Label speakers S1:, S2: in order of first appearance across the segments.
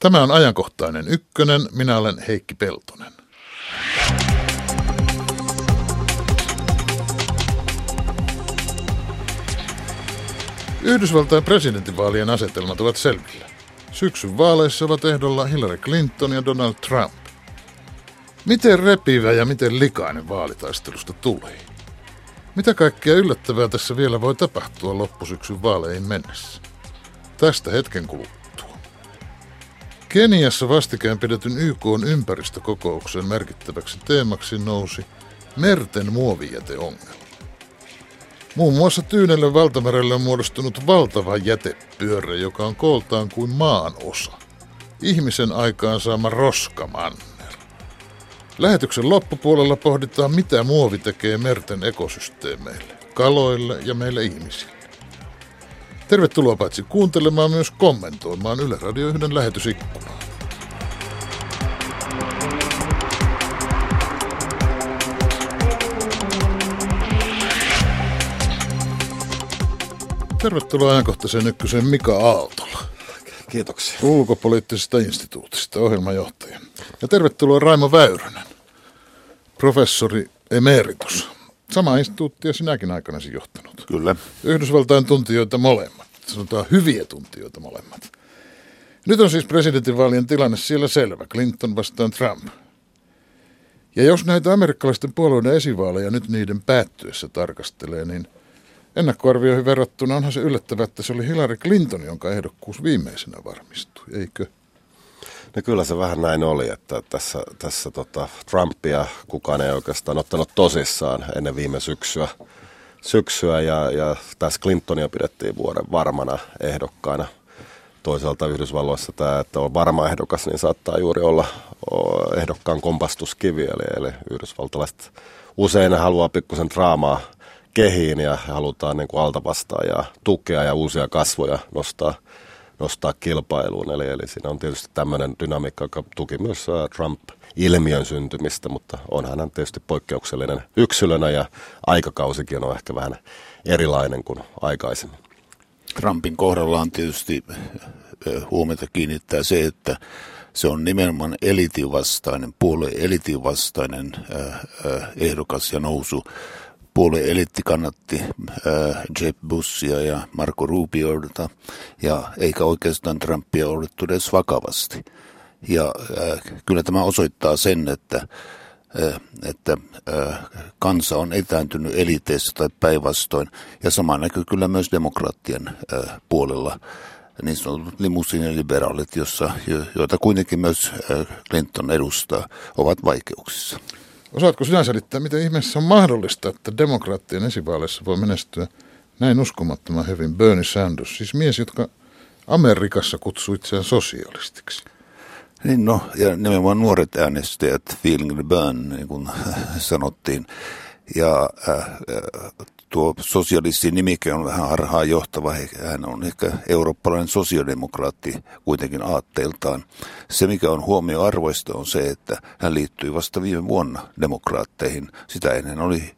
S1: Tämä on ajankohtainen ykkönen. Minä olen Heikki Peltonen. Yhdysvaltain presidentinvaalien asetelmat ovat selvillä. Syksyn vaaleissa ovat ehdolla Hillary Clinton ja Donald Trump. Miten repivä ja miten likainen vaalitaistelusta tuli? Mitä kaikkea yllättävää tässä vielä voi tapahtua loppusyksyn vaaleihin mennessä? Tästä hetken kuluttua. Keniassa vastikään pidetyn YK:n ympäristökokouksen merkittäväksi teemaksi nousi merten muovijäteongelma. Muun muassa Tyynelle valtamerelle on muodostunut valtava jätepyörä, joka on kooltaan kuin maan osa. Ihmisen aikaansaama roskamanner. Lähetyksen loppupuolella pohditaan, mitä muovi tekee merten ekosysteemeille, kaloille ja meille ihmisille. Tervetuloa paitsi kuuntelemaan myös kommentoimaan Yle Radio 1 lähetysikkunaa. Tervetuloa ajankohtaiseen ykköseen Mika Aaltola.
S2: Kiitoksia.
S1: Ulkopoliittisesta instituutista ohjelmajohtaja. Ja tervetuloa Raimo Väyrynen, professori emeritus. Sama instituuttia sinäkin aikanasi johtanut.
S2: Kyllä.
S1: Yhdysvaltain tuntijoita molemmat. Sanotaan hyviä tuntijoita molemmat. Nyt on siis presidentinvaalien tilanne siellä selvä. Clinton vastaan Trump. Ja jos näitä amerikkalaisten puolueiden esivaaleja nyt niiden päättyessä tarkastelee, niin ennakkoarvioihin verrattuna onhan se yllättävää, että se oli Hillary Clinton, jonka ehdokkuus viimeisenä varmistui, eikö?
S2: No kyllä se vähän näin oli, että tässä Trumpia kukaan ei oikeastaan ottanut tosissaan ennen viime syksyä ja tässä Clintonia pidettiin vuoden varmana ehdokkaana. Toisaalta Yhdysvalloissa tämä, että on varma ehdokas, niin saattaa juuri olla ehdokkaan kompastuskivi, eli yhdysvaltalaiset usein haluaa pikkusen draamaa kehiin ja halutaan niin kuin altavastaajaa tukea ja uusia kasvoja nostaa kilpailuun. Eli siinä on tietysti tämmöinen dynamiikka, joka tuki myös Trump-ilmiön syntymistä, mutta onhan hän tietysti poikkeuksellinen yksilönä ja aikakausikin on ehkä vähän erilainen kuin aikaisemmin.
S3: Trumpin kohdalla on tietysti huomiota kiinnittää se, että se on nimenomaan puolueen eliitin vastainen ehdokas ja nousu. Puolueen eliitti kannatti Jeb Bushia ja Marco Rubiota, ja eikä oikeastaan Trumpia otettu edes vakavasti. Ja kyllä tämä osoittaa sen, että kansa on etääntynyt eliteistä tai päinvastoin, ja sama näkyy kyllä myös demokraattien puolella. Niin sanotut limusiiniliberaalit, joita kuitenkin myös Clinton edustaa, ovat vaikeuksissa.
S1: Osaatko sinä selittää, miten ihmeessä on mahdollista, että demokraattien esivaaleissa voi menestyä näin uskomattoman hyvin Bernie Sanders, siis mies, jotka Amerikassa kutsui itseään sosialistiksi?
S3: Niin ja nimenomaan nuoret äänestäjät, feeling the burn, niin kuin sanottiin. Ja tuo sosialistin nimike on vähän harhaan johtava. Hän on ehkä eurooppalainen sosiaalidemokraatti kuitenkin aatteiltaan. Se, mikä on huomioarvoista, on se, että hän liittyi vasta viime vuonna demokraatteihin. Sitä ennen oli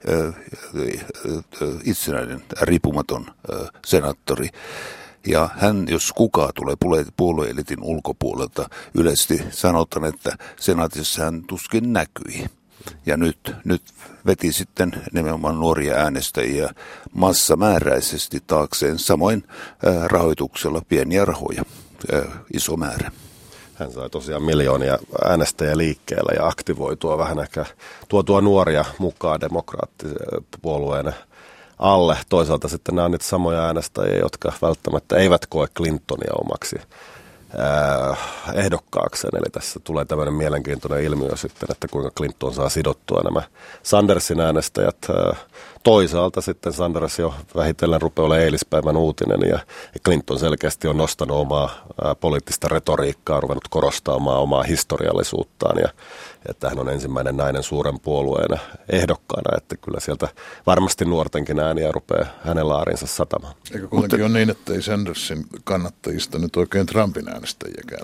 S3: itsenäinen, riippumaton senaattori. Ja hän, jos kukaan tulee puolueelitin ulkopuolelta, yleisesti sanotaan, että senaatissa hän tuskin näkyi. Ja nyt veti sitten nimenomaan nuoria äänestäjiä massamääräisesti taakseen, samoin rahoituksella pieniä rahoja, iso määrä.
S2: Hän sai tosiaan miljoonia äänestäjiä liikkeellä ja aktivoitua vähän ehkä tuotua nuoria mukaan demokraattipuolueen alle. Toisaalta sitten nämä on niitä samoja äänestäjiä, jotka välttämättä eivät koe Clintonia omaksi ehdokkaakseen. Eli tässä tulee tämmöinen mielenkiintoinen ilmiö sitten, että kuinka Clinton saa sidottua nämä Sandersin äänestäjät. Toisaalta sitten Sanders jo vähitellen rupeaa olemaan eilispäivän uutinen ja Clinton selkeästi on nostanut omaa poliittista retoriikkaa, ruvennut korostamaan omaa historiallisuuttaan ja että hän on ensimmäinen nainen suuren puolueen ehdokkaana, että kyllä sieltä varmasti nuortenkin ääniä rupeaa hänen laarinsa satamaan.
S1: Eikö kuitenkin ole niin, että ei Sandersin kannattajista nyt oikein Trumpin äänestäjiäkään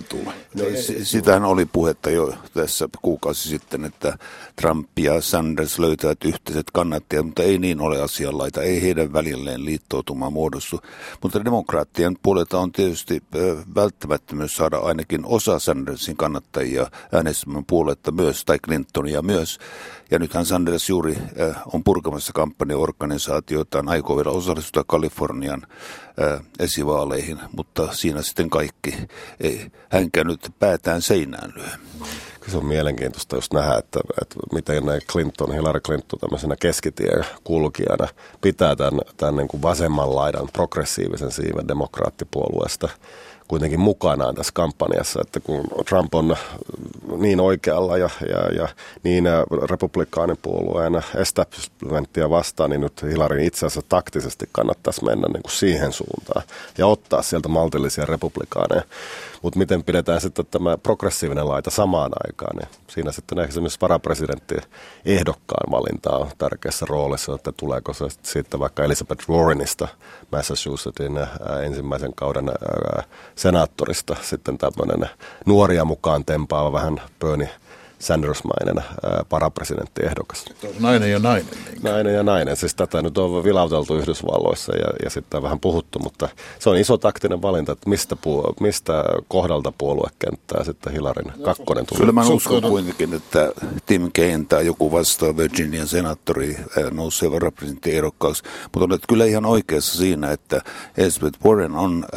S1: tule?
S3: Sitähän oli puhetta jo tässä kuukausi sitten, että Trump ja Sanders löytävät yhteiset kannattajat, mutta ei niin ole asianlaita, ei heidän välilleen liittoutumaan muodostu. Mutta demokraattien puolelta on tietysti välttämättömyys saada ainakin osa Sandersin kannattajia äänestämään puoletta myös, tai Clintonia myös. Ja nythän Sanders juuri on purkamassa kampanjaorganisaatioitaan, aikoo vielä osallistua Kalifornian esivaaleihin, mutta siinä sitten kaikki. Ei hänkään nyt päätään seinään lyö.
S2: Se on mielenkiintoista just nähdä, että miten Hillary Clinton tämmöisenä keskitien kulkijana pitää tämän niin kuin vasemman laidan progressiivisen siiven demokraattipuolueesta kuitenkin mukanaan tässä kampanjassa, että kun Trump on niin oikealla ja niin republikaanipuolueen establishmenttia vastaan, niin nyt Hillaryn itse asiassa taktisesti kannattaisi mennä niin kuin siihen suuntaan ja ottaa sieltä maltillisia republikaaneja. Mutta miten pidetään sitten tämä progressiivinen laita samaan aikaan, niin siinä sitten esimerkiksi varapresidentti ehdokkaan valinta on tärkeässä roolissa, että tuleeko se sitten vaikka Elizabeth Warrenista, Massachusettsin ensimmäisen kauden senaattorista, sitten tämmöinen nuoria mukaan tempaava vähän Bernie Sanders-mainen varapresidenttiehdokas.
S1: Nainen ja nainen.
S2: Nainen ja nainen. Siis tätä nyt on vilauteltu Yhdysvalloissa ja sitten vähän puhuttu, mutta se on iso taktinen valinta, että mistä kohdalta puoluekenttää sitten Hillaryn kakkonen tulee.
S3: Kyllä mä uskon kuitenkin, että Tim Kaine tai joku vastaa Virginian senaattori nousee varapresidenttiehdokkaaksi, mutta olet kyllä ihan oikeassa siinä, että Elizabeth Warren on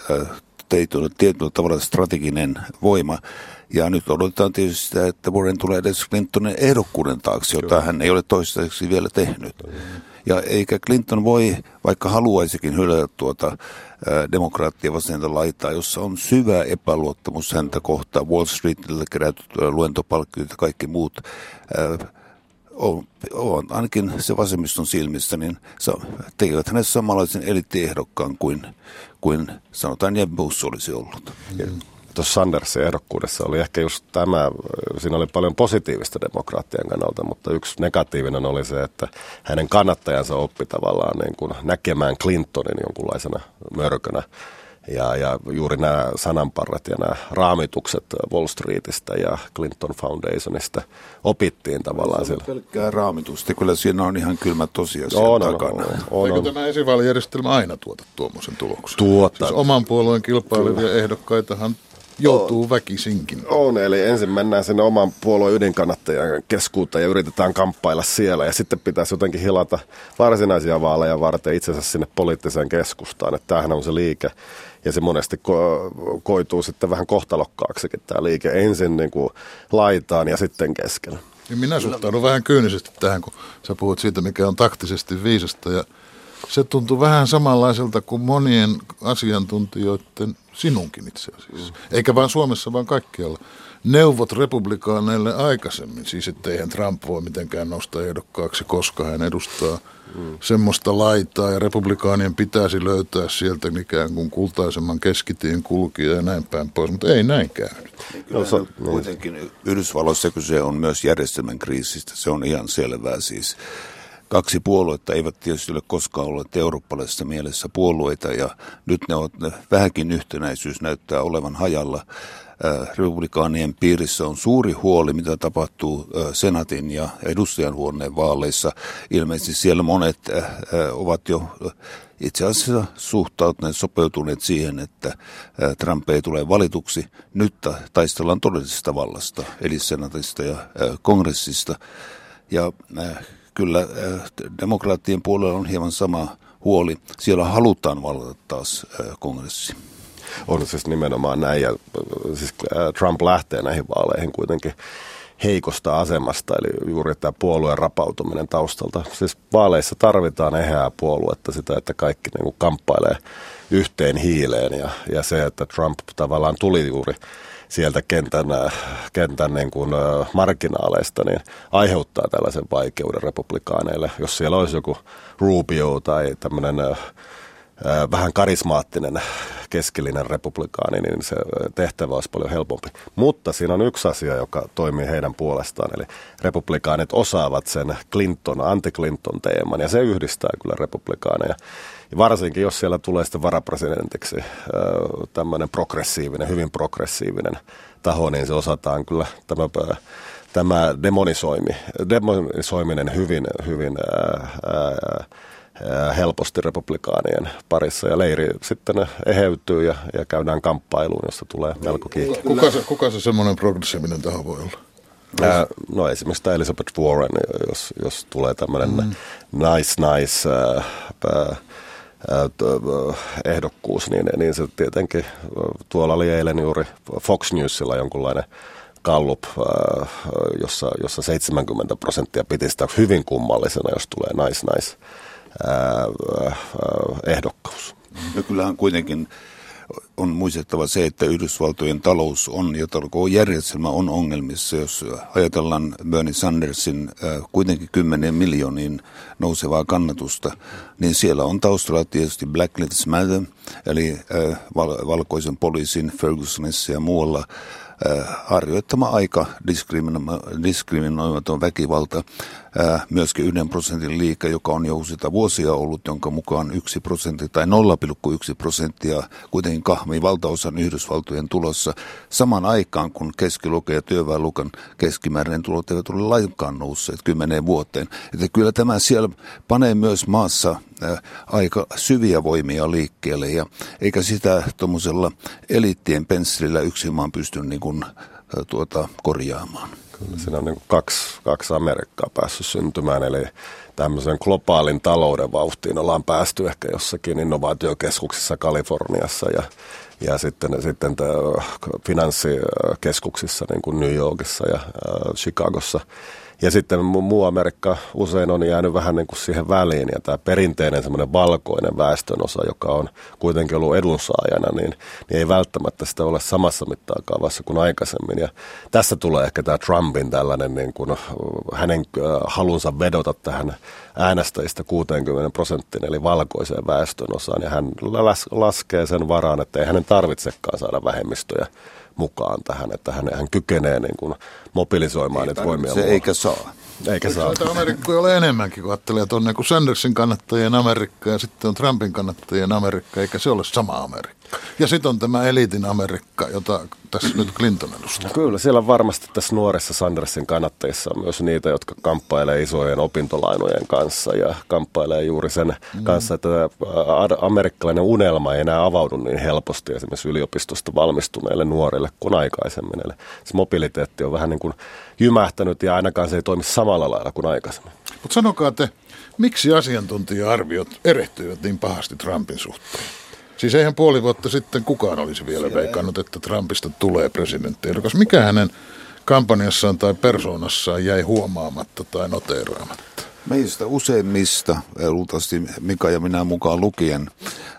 S3: tietyllä tavalla strateginen voima. Ja nyt odotetaan tietysti sitä, että Warren tulee edes Clintonin ehdokkuuden taakse, jota hän ei ole toistaiseksi vielä tehnyt. Ja eikä Clinton voi, vaikka haluaisikin hylätä demokraattien vasenta laitaa, jossa on syvä epäluottamus häntä kohtaan, Wall Streetille kerätyt luentopalkkiot ja kaikki muut, on ainakin se vasemmiston silmissä, niin tekevät hänessä samanlaisen eliittiehdokkaan kuin sanotaan Jeb Bush olisi ollut.
S2: Tuossa Sandersin ehdokkuudessa oli ehkä just tämä, siinä oli paljon positiivista demokraattien kannalta, mutta yksi negatiivinen oli se, että hänen kannattajansa oppi tavallaan niin kuin näkemään Clintonin jonkunlaisena mörkönä. Ja juuri nämä sananparret ja nämä raamitukset Wall Streetistä ja Clinton Foundationista opittiin tavallaan sillä.
S3: Pelkkää raamitusta, kyllä siinä on ihan kylmä tosiasia takana.
S1: Eikö tämä esivaalijärjestelmä aina tuota tuommoisen tuloksen?
S2: Tuottaa.
S1: Siis oman puolueen kilpailevia ehdokkaitahan joutuu väkisinkin.
S2: On, eli ensin mennään sinne oman puolueen ydinkannattajan keskuuteen ja yritetään kamppailla siellä. Ja sitten pitäisi jotenkin hilata varsinaisia vaaleja varten itse asiassa sinne poliittiseen keskustaan. Että tämähän on se liike. Ja se monesti koituu sitten vähän kohtalokkaaksikin tämä liike. Ensin niin kuin laitaan ja sitten keskellä.
S1: Ja minä suhtaudun vähän kyynisesti tähän, kun sä puhut siitä, mikä on taktisesti viisasta. Ja se tuntuu vähän samanlaiselta kuin monien asiantuntijoiden, sinunkin itse asiassa. Eikä vain Suomessa, vaan kaikkialla. Neuvot republikaaneille aikaisemmin, siis etteihän Trump voi mitenkään nousta ehdokkaaksi, koska hän edustaa semmoista laitaa ja republikaanien pitäisi löytää sieltä ikään kuin kultaisemman keskitien kulkija ja näin päin pois, mutta ei näin käynyt.
S3: Kuitenkin Yhdysvalloissa kyse on myös järjestelmän kriisistä, se on ihan selvää siis. Kaksi puoluetta eivät tietysti ole koskaan olleet eurooppalaisessa mielessä puolueita ja nyt vähänkin yhtenäisyys näyttää olevan hajalla. Republikaanien piirissä on suuri huoli, mitä tapahtuu senaatin ja edustajanhuoneen vaaleissa. Ilmeisesti siellä monet ovat jo itse asiassa sopeutuneet siihen, että Trump ei tule valituksi. Nyt taistellaan todellisesta vallasta, eli senaatista ja kongressista. Ja kyllä demokraattien puolella on hieman sama huoli. Siellä halutaan vallata taas kongressi.
S2: On siis nimenomaan näin, ja siis Trump lähtee näihin vaaleihin kuitenkin heikosta asemasta, eli juuri tämä puolueen rapautuminen taustalta. Siis vaaleissa tarvitaan eheää puoluetta, sitä, että kaikki niin kuin kamppailee yhteen hiileen, ja se, että Trump tavallaan tuli juuri sieltä kentän niin kuin marginaaleista, niin aiheuttaa tällaisen vaikeuden republikaaneille. Jos siellä olisi joku Rubio tai tämmöinen vähän karismaattinen keskellinen republikaani, niin se tehtävä olisi paljon helpompi. Mutta siinä on yksi asia, joka toimii heidän puolestaan, eli republikaanit osaavat sen anti-Clinton teeman, ja se yhdistää kyllä republikaaneja. Ja varsinkin, jos siellä tulee sitten varapresidentiksi tämmöinen hyvin progressiivinen taho, niin se osataan kyllä tämä demonisoiminen hyvin helposti republikaanien parissa, ja leiri sitten eheytyy ja käydään kamppailuun, josta tulee melko kiihkeä.
S1: Kuka se semmoinen progressiivinen taho voi olla?
S2: No esimerkiksi tämä Elizabeth Warren, jos tulee tämmöinen nice ehdokkuus, niin se tietenkin, tuolla oli eilen juuri Fox Newsilla jonkunlainen Gallup, jossa 70% piti sitä hyvin kummallisena, jos tulee nice ehdokkuus.
S3: No kyllähän kuitenkin on muistettava se, että Yhdysvaltojen talous on ja koko järjestelmä on ongelmissa. Jos ajatellaan Bernie Sandersin kuitenkin 10 miljoonin nousevaa kannatusta, niin siellä on taustalla tietysti Black Lives Matter, eli valkoisen poliisin Fergusonissa ja muualla harjoittama aika diskriminoimaton väkivalta, myöskin 1% liike, joka on jo useita vuosia ollut, jonka mukaan 1% tai 0,1% kuitenkin kahmii valtaosan Yhdysvaltojen tulossa samaan aikaan, kun keskiluokan ja työväenluokan keskimääräinen tulot eivät ole lainkaan nousseet 10 vuoteen. Että kyllä tämä siellä panee myös maassa aika syviä voimia liikkeelle, ja eikä sitä tuommoisella eliittien pensselillä yksin maan pysty niin kuin, korjaamaan.
S2: Kyllä siinä on niin kuin kaksi Amerikkaa päässyt syntymään, eli tämmöisen globaalin talouden vauhtiin ollaan päästy ehkä jossakin innovaatiokeskuksissa Kaliforniassa ja sitten finanssikeskuksissa niin kuin New Yorkissa ja Chicagossa. Ja sitten muu Amerikka usein on jäänyt vähän niin kuin siihen väliin, ja tämä perinteinen semmoinen valkoinen väestönosa, joka on kuitenkin ollut edunsaajana, niin ei välttämättä sitä ole samassa mittakaavassa kuin aikaisemmin. Ja tässä tulee ehkä tämä Trumpin tällainen niin kuin hänen halunsa vedota tähän äänestäjistä 60%, eli valkoiseen väestönosaan, ja hän laskee sen varaan, että ei hänen tarvitsekaan saada vähemmistöjä mukaan tähän, että hän kykenee niin kuin mobilisoimaan niitä voimia.
S3: Se eikä saa.
S2: Eikä saa.
S1: Amerikkoja ole enemmänkin, kun ajattelee, että on niin kuin Sandersin kannattajien Amerikka ja sitten on Trumpin kannattajien Amerikka, eikä se ole sama Amerikka. Ja sitten on tämä eliitin Amerikka, jota tässä nyt Clinton edustaa.
S2: Kyllä, siellä on varmasti tässä nuorissa Sandersin kannattajissa on myös niitä, jotka kamppailee isojen opintolainojen kanssa ja kamppailee juuri sen kanssa, että amerikkalainen unelma ei enää avaudu niin helposti esimerkiksi yliopistosta valmistuneille nuorille kuin aikaisemmin. Eli se mobiliteetti on vähän niin kuin jymähtänyt ja ainakaan se ei toimi samalla lailla kuin aikaisemmin.
S1: Mutta sanokaa te, miksi asiantuntija-arviot erehtyivät niin pahasti Trumpin suhteen? Siis eihän puoli vuotta sitten kukaan olisi vielä veikannut, että Trumpista tulee presidenttiehdokas. Mikä hänen kampanjassaan tai persoonassaan jäi huomaamatta tai noteeraamatta?
S3: Meistä useimmista, luultavasti Mika ja minä mukaan lukien,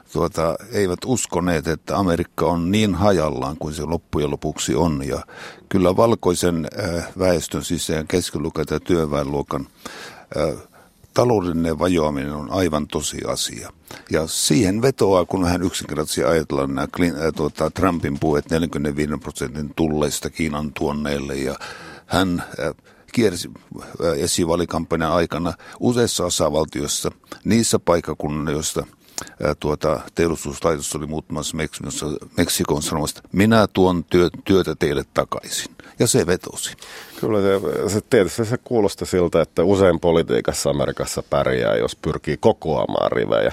S3: eivät uskoneet, että Amerikka on niin hajallaan kuin se loppujen lopuksi on. Ja kyllä valkoisen väestön sisään keskiluokan ja työväenluokan taloudellinen vajoaminen on aivan tosiasia. Ja siihen vetoaa, kun vähän yksinkertaisesti ajatellaan nämä Trumpin puheet 45% tulleista Kiinan tuonneille, ja hän kiersi esivaalikampanjan aikana useissa osavaltioissa niissä paikkakunnissa, joista teollisuuslaitos oli muuttamassa Meksikoon sanomassa, minä tuon työtä teille takaisin. Ja se vetosi.
S2: Kyllä se tietysti se kuulosti siltä, että usein politiikassa Amerikassa pärjää, jos pyrkii kokoamaan rivejä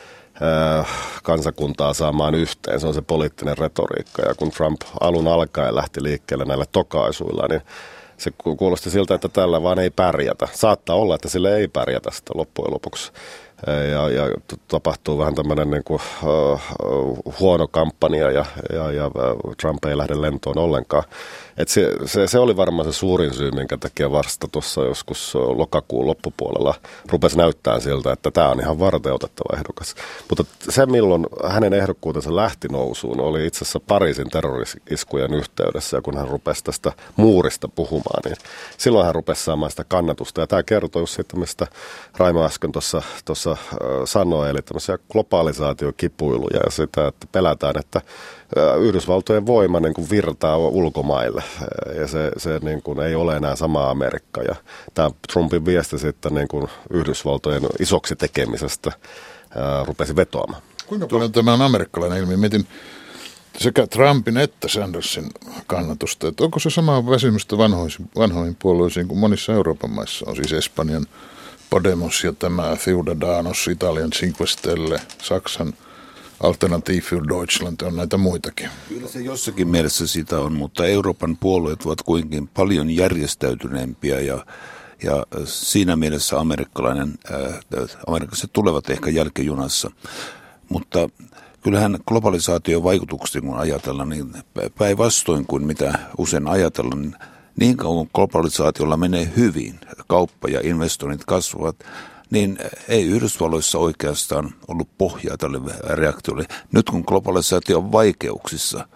S2: kansakuntaa saamaan yhteen. Se on se poliittinen retoriikka. Ja kun Trump alun alkaen lähti liikkeelle näillä tokaisuilla, niin se kuulosti siltä, että tällä vaan ei pärjätä. Saattaa olla, että sille ei pärjätä sitä loppujen lopuksi. Ja tapahtuu vähän tämmöinen niin kuin, huono kampanja ja Trump ei lähde lentoon ollenkaan. Et se oli varmaan se suurin syy, minkä takia vasta tuossa joskus lokakuun loppupuolella rupesi näyttämään siltä, että tämä on ihan varteutettava ehdokas. Mutta se, milloin hänen ehdokkuutensa lähti nousuun, oli itse asiassa Pariisin terrorisiskujen yhteydessä, ja kun hän rupesi tästä muurista puhumaan, niin silloin hän rupesi saamaan sitä kannatusta. Ja tämä kertoo just siitä, mistä Raimo äsken tuossa sanoi, eli tämmöisiä globalisaatiokipuiluja ja sitä, että pelätään, että Yhdysvaltojen voima niin kuin virtaa ulkomaille, ja se niin kuin ei ole enää sama Amerikka. Ja tämä Trumpin viesti sitten niin kuin Yhdysvaltojen isoksi tekemisestä rupesi vetoamaan.
S1: Kuinka paljon tämä on amerikkalainen ilmiö? Mietin sekä Trumpin että Sandersin kannatusta. Että onko se sama väsymystä vanhoihin puolueisiin kuin monissa Euroopan maissa on? Siis Espanjan Podemos ja tämä Ciudadanos, Italian Cinque Stelle, Saksan Alternative für Deutschland, on näitä muitakin.
S3: Kyllä se jossakin mielessä sitä on, mutta Euroopan puolueet ovat kuitenkin paljon järjestäytyneempiä ja siinä mielessä amerikkalaiset tulevat ehkä jälkijunassa. Mutta kyllähän globalisaation vaikutuksia, kun ajatellaan, niin päinvastoin kuin mitä usein ajatellaan, niin kauan globalisaatiolla menee hyvin, kauppa ja investoinnit kasvavat, niin ei Yhdysvalloissa oikeastaan ollut pohjaa tälle reaktiolle. Nyt kun globalisaatio on vaikeuksissa,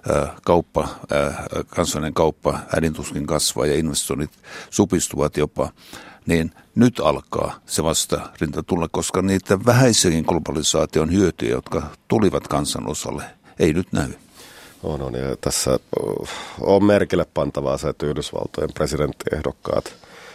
S3: kansallinen kauppa äidintuskin kasvaa ja investoinnit supistuvat jopa, niin nyt alkaa se vastarinta tulla, koska niitä vähäisenkin globalisaation hyötyjä, jotka tulivat kansanosalle, ei nyt näy.
S2: On. Ja tässä on merkille pantavaa se, että Yhdysvaltojen presidenttiehdokkaat,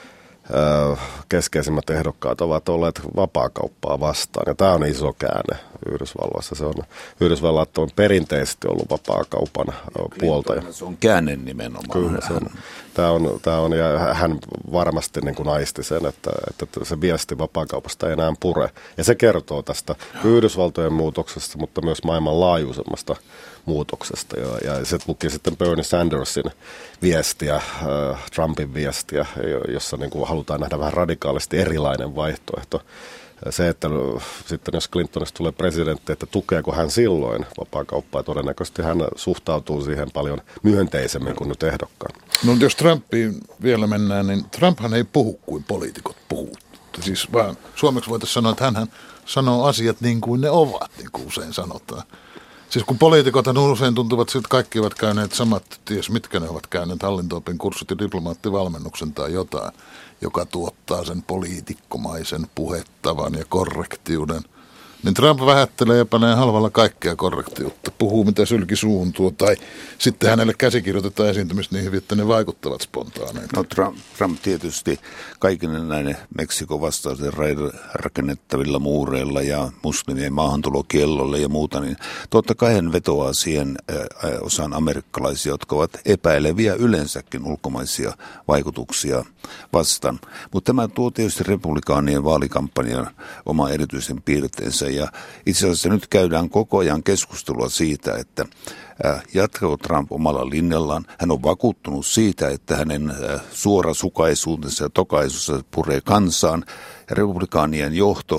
S2: keskeisimmät ehdokkaat ovat olleet vapaakauppaa vastaan. Ja tämä on iso käänne Yhdysvalloissa. Yhdysvallat on perinteisesti ollut vapaakaupan puoltaja.
S3: Se on käänne nimenomaan.
S2: Kyllä se on. Tämä on, ja hän varmasti niin kuin aisti sen, että se viesti vapaakaupasta ei enää pure. Ja se kertoo tästä Yhdysvaltojen muutoksesta, mutta myös maailmanlaajuisemmasta muutoksesta. Ja se luki sitten Bernie Sandersin viestiä, Trumpin viestiä, jossa niin kuin halutaan nähdä vähän radikaalisti erilainen vaihtoehto. Se, että sitten jos Clintonista tulee presidentti, että tukeeko hän silloin vapaakauppaa, todennäköisesti hän suhtautuu siihen paljon myönteisemmin kuin nyt ehdokkaan.
S1: No jos Trumpiin vielä mennään, niin Trumphan ei puhu kuin poliitikot puhuu. Siis vaan suomeksi voitaisiin sanoa, että hän sanoo asiat niin kuin ne ovat, niin kuin usein sanotaan. Siis kun poliitikot usein tuntuvat, että kaikki ovat käyneet samat, ties mitkä ne ovat käyneet, hallinto-opin kurssit ja diplomaattivalmennuksen tai jotain, joka tuottaa sen poliitikkomaisen puhettavan ja korrektiuden. Niin Trump vähättelee ja panee halvalla kaikkea korrektiutta. Puhuu mitä sylki suuhun tuo, tai sitten hänelle käsikirjoitetaan esiintymistä niin hyvin, että ne vaikuttavat spontaaneilta.
S3: No Trump tietysti kaikille näiden Meksikon vastaisten rakennettavilla muureilla ja muslimien maahantulokiellolle ja muuta, niin totta kai hän vetoaa siihen osaan amerikkalaisia, jotka ovat epäileviä yleensäkin ulkomaisia vaikutuksia vastaan. Mutta tämä tuo tietysti republikaanien vaalikampanjan oma erityisen piirteensä. Ja itse asiassa nyt käydään koko ajan keskustelua siitä, että jatkaako Trump omalla linjallaan. Hän on vakuuttunut siitä, että hänen suorasukaisuutensa ja tokaisuutensa puree kansaan. Republikaanien johto,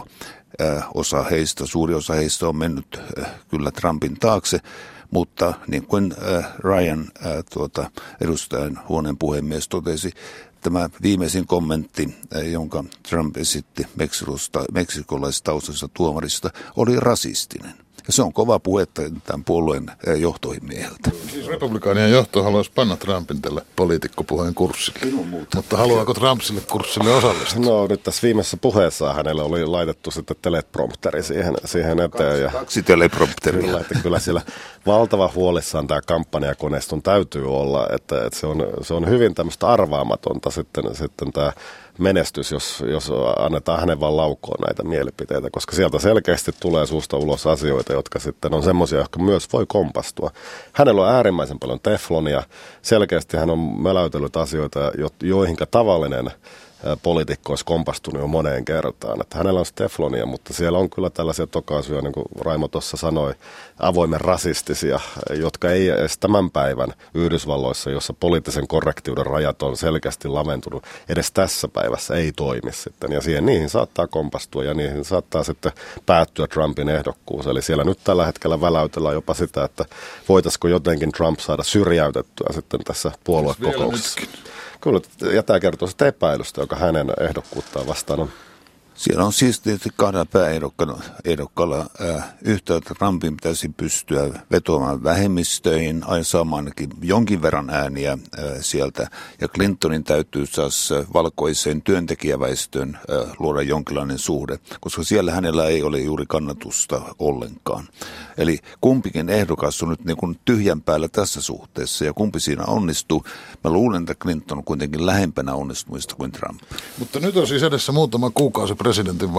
S3: suuri osa heistä on mennyt kyllä Trumpin taakse. Mutta niin kuin Ryan, edustajan huoneen puhemies, totesi, tämä viimeisin kommentti, jonka Trump esitti meksikolaistaustaisesta tuomarista, oli rasistinen. Ja se on kova puhetta tämän puolueen johtohimieheltä.
S1: Siis republikaanien johto haluaisi panna Trumpin tälle poliitikkopuheen kurssille. Mutta haluaako Trump sille kurssille osallistua?
S2: No nyt tässä viimeisessä puheessaan hänelle oli laitettu sitten teleprompteri siihen eteen.
S3: Kaksi teleprompteria.
S2: Kyllä siellä valtava huolissaan tämä kampanjakoneiston täytyy olla, että se on hyvin tämmöistä arvaamatonta sitten tämä menestys, jos annetaan hänen vaan laukoon näitä mielipiteitä, koska sieltä selkeästi tulee suusta ulos asioita, jotka sitten on semmoisia, jotka myös voi kompastua. Hänellä on äärimmäisen paljon teflonia. Selkeästi hän on möläytellyt asioita, joihinka tavallinen poliitikko olisi kompastunut jo moneen kertaan. Että hänellä on teflonia, mutta siellä on kyllä tällaisia tokaisuja, niin kuin Raimo tuossa sanoi, avoimen rasistisia, jotka ei edes tämän päivän Yhdysvalloissa, jossa poliittisen korrektiuden rajat on selkeästi laventunut, edes tässä päivässä ei toimi sitten. Ja niihin saattaa kompastua ja niihin saattaa sitten päättyä Trumpin ehdokkuus. Eli siellä nyt tällä hetkellä väläytellään jopa sitä, että voitaisiko jotenkin Trump saada syrjäytettyä sitten tässä puoluekokouksessa. Kyllä, ja tämä kertoo sitä epäilystä, joka hänen ehdokkuuttaan vastaan on.
S3: Siellä on siis tietysti kahdella pääehdokkaalla yhtäältä Trumpin pitäisi pystyä vetoamaan vähemmistöihin, saamaan ainakin jonkin verran ääniä sieltä. Ja Clintonin täytyy taas valkoiseen työntekijäväestöön luoda jonkinlainen suhde, koska siellä hänellä ei ole juuri kannatusta ollenkaan. Eli kumpikin ehdokas on nyt niin kuin tyhjän päällä tässä suhteessa ja kumpi siinä onnistuu. Mä luulen, että Clinton on kuitenkin lähempänä onnistumista kuin Trump.
S1: Mutta nyt on siis edessä muutama kuukausi presidentinvaalit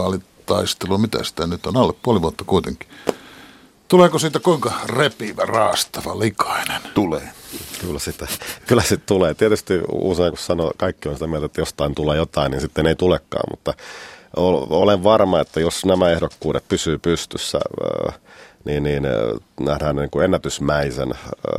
S1: vaalitaistelua, mitä sitä nyt on, alle puoli vuotta kuitenkin. Tuleeko siitä kuinka repivä, raastava, likainen?
S3: Tulee.
S2: Kyllä sitten tulee. Tietysti usein kun sanoo, kaikki on sitä mieltä, että jostain tulee jotain, niin sitten ei tulekaan, mutta olen varma, että jos nämä ehdokkuudet pysyy pystyssä, niin nähdään niin kuin ennätysmäisen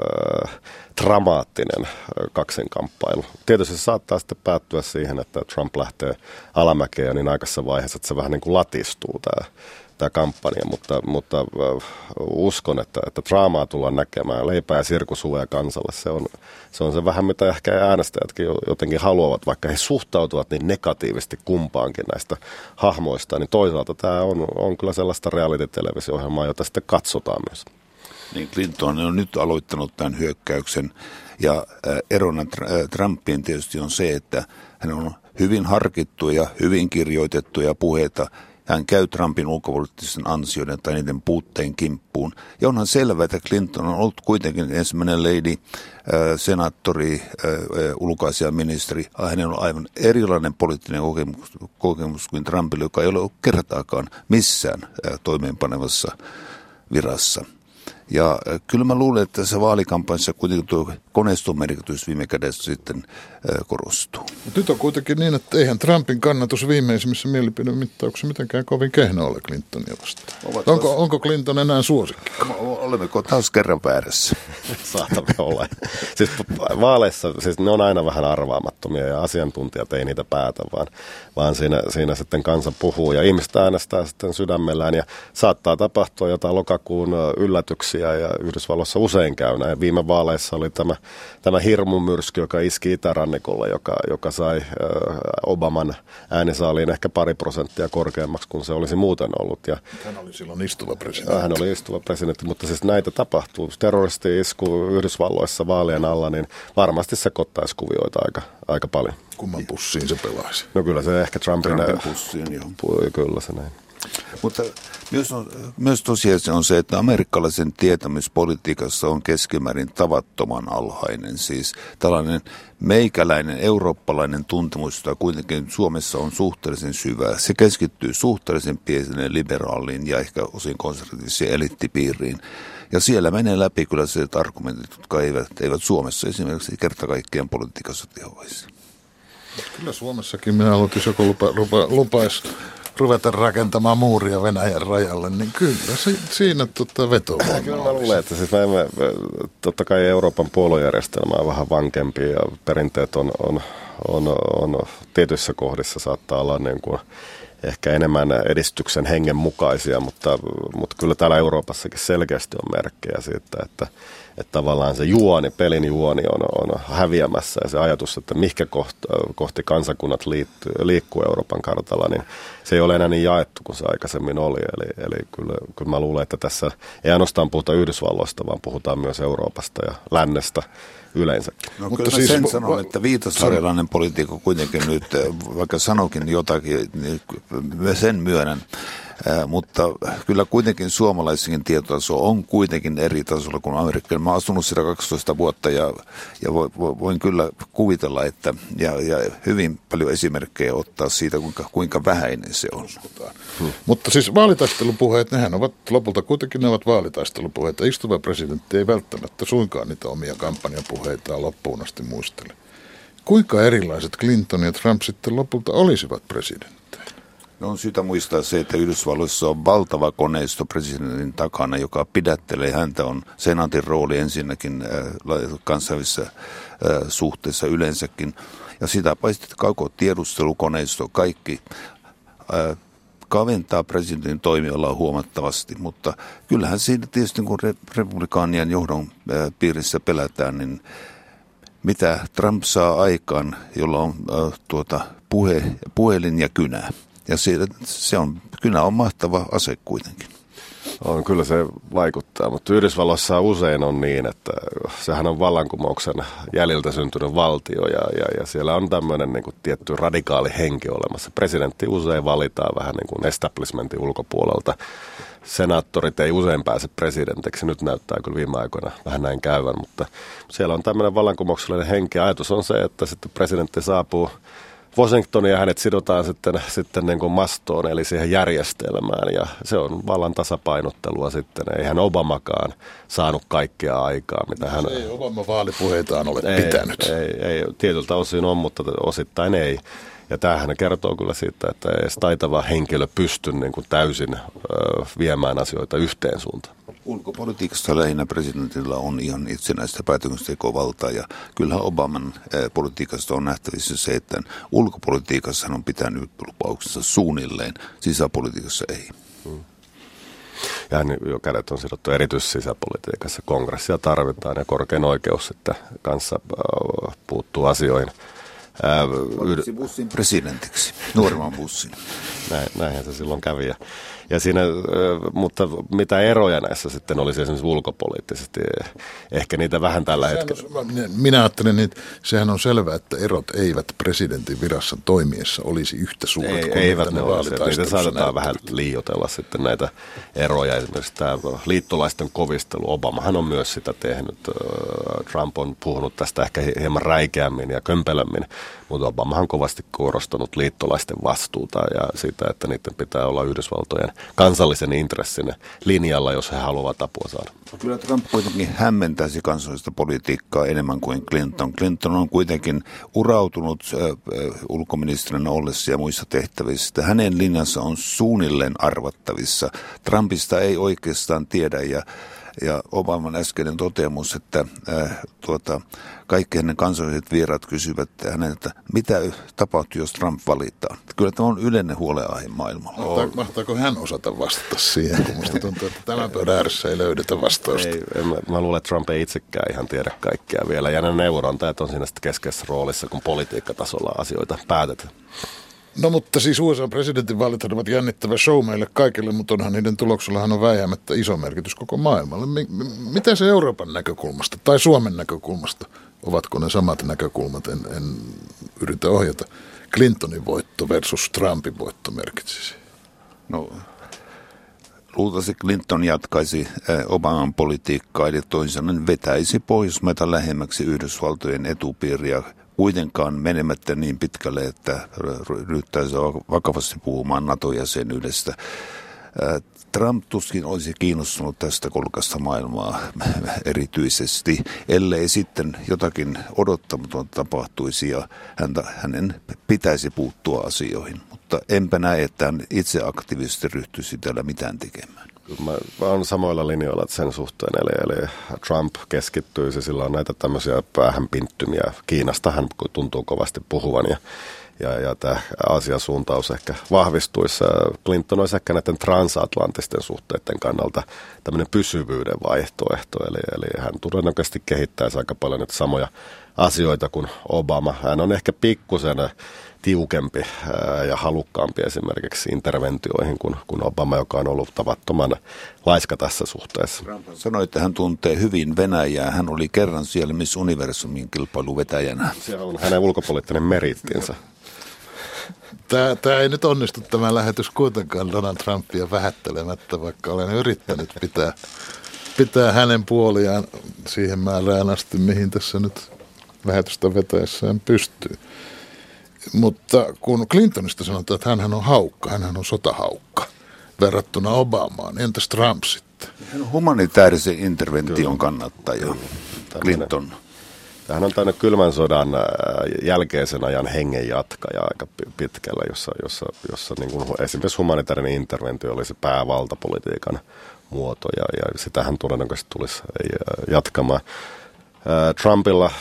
S2: dramaattinen kaksinkamppailu. Tietysti se saattaa sitten päättyä siihen, että Trump lähtee alamäkeen niin aikaisessa vaiheessa, että se vähän niin kuin latistuu tämä kampanja, mutta uskon, että draamaa tullaan näkemään, leipää ja sirkusuja kansalle. Se on se vähän, mitä ehkä äänestäjätkin jotenkin haluavat, vaikka he suhtautuvat niin negatiivisesti kumpaankin näistä hahmoista, niin toisaalta tämä on kyllä sellaista reality-televisio-ohjelmaa, jota sitten katsotaan myös.
S3: Niin Clinton on nyt aloittanut tämän hyökkäyksen ja erona Trumpiin tietysti on se, että hän on hyvin harkittuja, hyvin kirjoitettuja puheita. Hän käy Trumpin ulkopoliittisten ansioiden tai niiden puutteen kimppuun. Ja onhan selvää, että Clinton on ollut kuitenkin ensimmäinen lady, senaattori, ulkoasiaministeri. Hänellä on aivan erilainen poliittinen kokemus kuin Trumpilla, joka ei ole ollut kertaakaan missään toimeenpanevassa virassa. Ja kyllä mä luulen, että se vaalikampanjassa kuitenkin tuo koneiston merkitys viime kädessä sitten korostuu.
S1: Nyt on kuitenkin niin, että eihän Trumpin kannatus viimeisimmissä mielipidemittauksissa mitenkään kovin kehno ole Clintonia vastaan. Onko Clinton enää suosikki?
S3: Olemmeko taas kerran väärässä?
S2: Saatamme olla. Siis vaaleissa siis ne on aina vähän arvaamattomia ja asiantuntijat ei niitä päätä, vaan siinä sitten kansa puhuu ja ihmiset äänestää sitten sydämellään ja saattaa tapahtua jotain lokakuun yllätyksiä ja Yhdysvalloissa usein käy näin. Viime vaaleissa oli tämä hirmumyrsky, joka iski itärannikolla, joka sai Obaman äänisaaliin ehkä 2% korkeammaksi kuin se olisi muuten ollut. Ja
S1: hän oli silloin istuva presidentti.
S2: Hän oli istuva presidentti, mutta siis näitä tapahtuu. Terroristi-isku Yhdysvalloissa vaalien alla, niin varmasti sekoittaisi kuvioita aika paljon.
S1: Kumman pussiin se pelaisi?
S2: No kyllä se ehkä Trumpin
S3: pussiin, joo.
S2: Kyllä se näin.
S3: Mutta myös tosiaan on se, että amerikkalaisen tietämyspolitiikassa on keskimäärin tavattoman alhainen. Siis tällainen meikäläinen, eurooppalainen tuntemus, jota kuitenkin Suomessa on suhteellisen syvää. Se keskittyy suhteellisen pieneen liberaaliin ja ehkä osin konservatiiviseen elittipiiriin. Ja siellä menee läpi kyllä se argumentit, jotka eivät Suomessa esimerkiksi kerta kaikkiaan politiikassa tehoaisi.
S1: Kyllä Suomessakin minä aloitin, joku lupaisi ruveta rakentamaan muuria Venäjän rajalle, niin kyllä siinä vetovoimaa.
S2: Kyllä mä luulen, että siis totta kai Euroopan puoluejärjestelmä on vähän vankempi ja perinteet on tietyissä kohdissa saattaa olla niin kuin ehkä enemmän edistyksen hengen mukaisia, mutta kyllä täällä Euroopassakin selkeästi on merkkejä siitä, että tavallaan se pelin juoni on häviämässä ja se ajatus, että mihinkä kohti kansakunnat liikkuu Euroopan kartalla, niin se ei ole enää niin jaettu kuin se aikaisemmin oli. Eli kyllä mä luulen, että tässä ei ainoastaan puhuta Yhdysvalloista, vaan puhutaan myös Euroopasta ja lännestä yleensäkin.
S3: No mutta kyllä siis sanon, että viitosarjalainen politiikka kuitenkin nyt, vaikka sanokin jotakin, niin sen myönnän. Mutta kyllä kuitenkin suomalaisikin tietotaso on kuitenkin eri tasolla kuin Amerikkaan. Mä oon asunut siellä 12 vuotta ja voin kyllä kuvitella, että ja hyvin paljon esimerkkejä ottaa siitä, kuinka vähäinen se on.
S1: Mutta siis vaalitaistelupuheet, nehän ovat lopulta kuitenkin ne ovat vaalitaistelupuheita. Istuva presidentti ei välttämättä suinkaan niitä omia kampanjapuheitaan loppuun asti muistele. Kuinka erilaiset Clinton ja Trump sitten lopulta olisivat presidenttejä?
S3: No on syytä muistaa se, että Yhdysvalloissa on valtava koneisto presidentin takana, joka pidättelee. Häntä on senaatin rooli ensinnäkin kansainvälisessä suhteessa yleensäkin. Ja sitä paitsi koko tiedustelukoneisto, kaikki kaventaa presidentin toimialaa huomattavasti. Mutta kyllähän siinä tietysti kun republikaanien johdon piirissä pelätään, niin mitä Trump saa aikaan, jolla on puhelin ja kynä. Ja kynä on mahtava ase kuitenkin.
S2: On, kyllä se vaikuttaa, mutta Yhdysvalloissa usein on niin, että sehän on vallankumouksen jäljiltä syntynyt valtio ja siellä on tämmöinen niin kuin tietty radikaali henki olemassa. Presidentti usein valitaan vähän niin kuin establishmentin ulkopuolelta. Senaattorit ei usein pääse presidentiksi, nyt näyttää kyllä viime aikoina vähän näin käyvän, mutta siellä on tämmöinen vallankumouksellinen henki. Ajatus on se, että sitten presidentti saapuu Washingtonia hänet sidotaan sitten niin kuin mastoon, eli siihen järjestelmään, ja se on vallan tasapainottelua sitten. Eihän Obamakaan saanut kaikkea aikaa, mitä hän...
S1: Ei Obama vaalipuheitaan ole pitänyt.
S2: Ei, tietyltä osin on, mutta osittain ei. Ja tämähän kertoo kyllä siitä, että ei edes taitava henkilö pysty niin kuin täysin viemään asioita yhteen suuntaan.
S3: Ulkopolitiikassa lähinnä presidentillä on ihan itsenäistä päätöksentekovaltaa, ja kyllähän Obaman politiikasta on nähtävissä se, että ulkopolitiikassa hän on pitänyt lupauksensa suunnilleen, sisäpolitiikassa ei.
S2: Ja hän jo kädet on sidottu erityisesti sisäpolitiikassa. Kongressia tarvitaan ja korkein oikeus sitten kanssa puuttuu asioihin.
S3: Valitsi Bushin presidentiksi, nuoremman Bushin.
S2: Näinhän se silloin kävi. Ja siinä, mutta mitä eroja näissä sitten olisi esimerkiksi ulkopoliittisesti? Ehkä niitä vähän tällä hetkellä.
S1: Minä ajattelen, että sehän on selvää, että erot eivät presidentin virassa toimiessa olisi yhtä suuret kuin
S2: eivät ne olisi. Niitä saatetaan vähän liioitella sitten näitä eroja. Esimerkiksi tämä liittolaisten kovistelu. Obamahan on myös sitä tehnyt. Trump on puhunut tästä ehkä hieman räikeämmin ja kömpelämmin, mutta Obamahan on kovasti korostanut liittolaisten vastuuta ja sitä, että niiden pitää olla Yhdysvaltojen kansallisen intressin linjalla, jos he haluavat apua saada.
S3: Kyllä Trump kuitenkin hämmentäisi kansallista politiikkaa enemmän kuin Clinton. Clinton on kuitenkin urautunut ulkoministerinä ollessa ja muissa tehtävissä. Hänen linjansa on suunnilleen arvattavissa. Trumpista ei oikeastaan tiedä, ja Obaman äskeinen toteamus, että kaikki hänen kansalliset vieraat kysyvät häneltä, mitä tapahtuu, jos Trump valitaan. Kyllä tämä on yleinen huolenaihe maailmalla.
S1: Mahtaako hän osata vastata siihen, kun musta tuntuu, että tämän pöydän ääressä ei löydetä vastausta?
S2: Mä luulen, että Trump ei itsekään ihan tiedä kaikkea vielä. Ja nämä neuvonantajat on siinä sitten keskeisessä roolissa, kun politiikkatasolla asioita päätetään.
S1: No mutta siis USA-presidentinvaalit ovat jännittävä show meille kaikille, mutta onhan niiden tuloksellahan on väijäämättä iso merkitys koko maailmalle. Mitä se Euroopan näkökulmasta tai Suomen näkökulmasta? Ovatko ne samat näkökulmat? En yritä ohjata. Clintonin voitto versus Trumpin voitto merkitsisi.
S3: No, luultavasti Clinton jatkaisi Obaman politiikkaa, eli toisin sanoen vetäisi Pohjoismaita lähemmäksi Yhdysvaltojen etupiiriä, kuitenkaan menemättä niin pitkälle, että ryhtäisi vakavasti puhumaan NATO-jäsenyydestä. Trump tuskin olisi kiinnostunut tästä kolkasta maailmaa erityisesti, ellei sitten jotakin odottamatonta tapahtuisi ja hänen pitäisi puuttua asioihin. Mutta enpä näe, että hän itse aktiivisesti ryhtyisi täällä mitään tekemään.
S2: Mä olen samoilla linjoilla sen suhteen, eli Trump keskittyisi, sillä on näitä tämmöisiä päähänpinttymiä. Kiinasta hän tuntuu kovasti puhuvan ja tämä Aasian suuntaus ehkä vahvistuisi. Clinton olisi ehkä näiden transatlanttisten suhteiden kannalta tämmöinen pysyvyyden vaihtoehto, eli hän todennäköisesti kehittäisi aika paljon nyt samoja asioita kuin Obama. Hän on ehkä pikkusen tiukempi ja halukkaampi esimerkiksi interventioihin kuin Obama, joka on ollut tavattoman laiska tässä suhteessa.
S3: Trump sanoi, että hän tuntee hyvin Venäjää. Hän oli kerran siellä Miss Universumin kilpailuvetäjänä.
S2: Se on hänen ulkopoliittinen merittinsä.
S1: Tämä ei nyt onnistu tämä lähetys kuitenkaan Donald Trumpia vähättelemättä, vaikka olen yrittänyt pitää hänen puoliaan siihen määrään asti, mihin tässä nyt lähetystä vetäessään pystyy. Mutta kun Clintonista sanotaan, että hänhän on haukka, hänhän on sotahaukka verrattuna Obamaan, entäs Trump sitten?
S3: Hän on humanitaarisen intervention kannattaja, Clinton.
S2: Hän on tämmöinen kylmän sodan jälkeisen ajan hengen jatkaja aika pitkällä, jossa niin kuin esimerkiksi humanitaarinen interventio oli se päävaltapolitiikan muoto, ja sitä hän todennäköisesti tulisi jatkamaan. Trumpilla